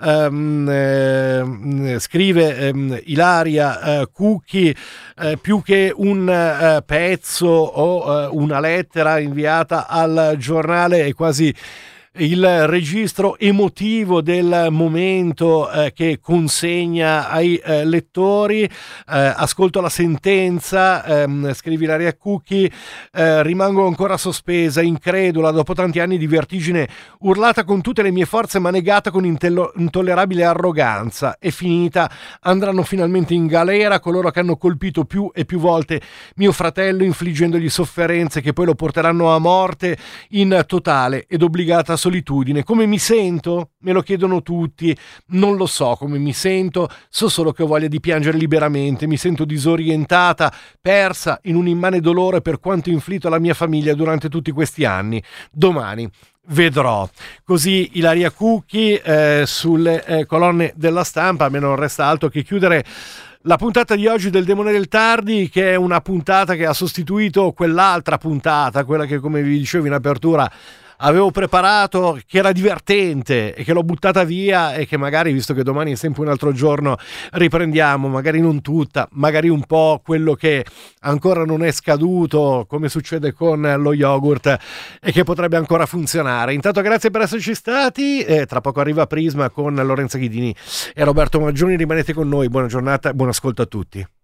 [SPEAKER 2] scrive Ilaria Cucchi, più che un pezzo o una lettera inviata al giornale, è quasi il registro emotivo del momento che consegna ai lettori. Ascolto la sentenza, scrivi Ilaria Cucchi, rimango ancora sospesa, incredula, dopo tanti anni di vertigine urlata con tutte le mie forze ma negata con intollerabile arroganza. È finita, andranno finalmente in galera coloro che hanno colpito più e più volte mio fratello, infliggendogli sofferenze che poi lo porteranno a morte in totale ed obbligata solitudine. Come mi sento? Me lo chiedono tutti. Non lo so come mi sento, so solo che ho voglia di piangere liberamente. Mi sento disorientata, persa in un immane dolore per quanto inflitto alla mia famiglia durante tutti questi anni. Domani vedrò. Così Ilaria Cucchi sulle colonne della Stampa. A me non resta altro che chiudere la puntata di oggi del Demone del Tardi, che è una puntata che ha sostituito quell'altra puntata, quella che, come vi dicevo in apertura, avevo preparato, che era divertente e che l'ho buttata via, e che magari, visto che domani è sempre un altro giorno, riprendiamo, magari non tutta, magari un po' quello che ancora non è scaduto, come succede con lo yogurt, e che potrebbe ancora funzionare. Intanto grazie per esserci stati, tra poco arriva Prisma con Lorenza Ghidini e Roberto Maggioni. Rimanete con noi, buona giornata, buon ascolto a tutti.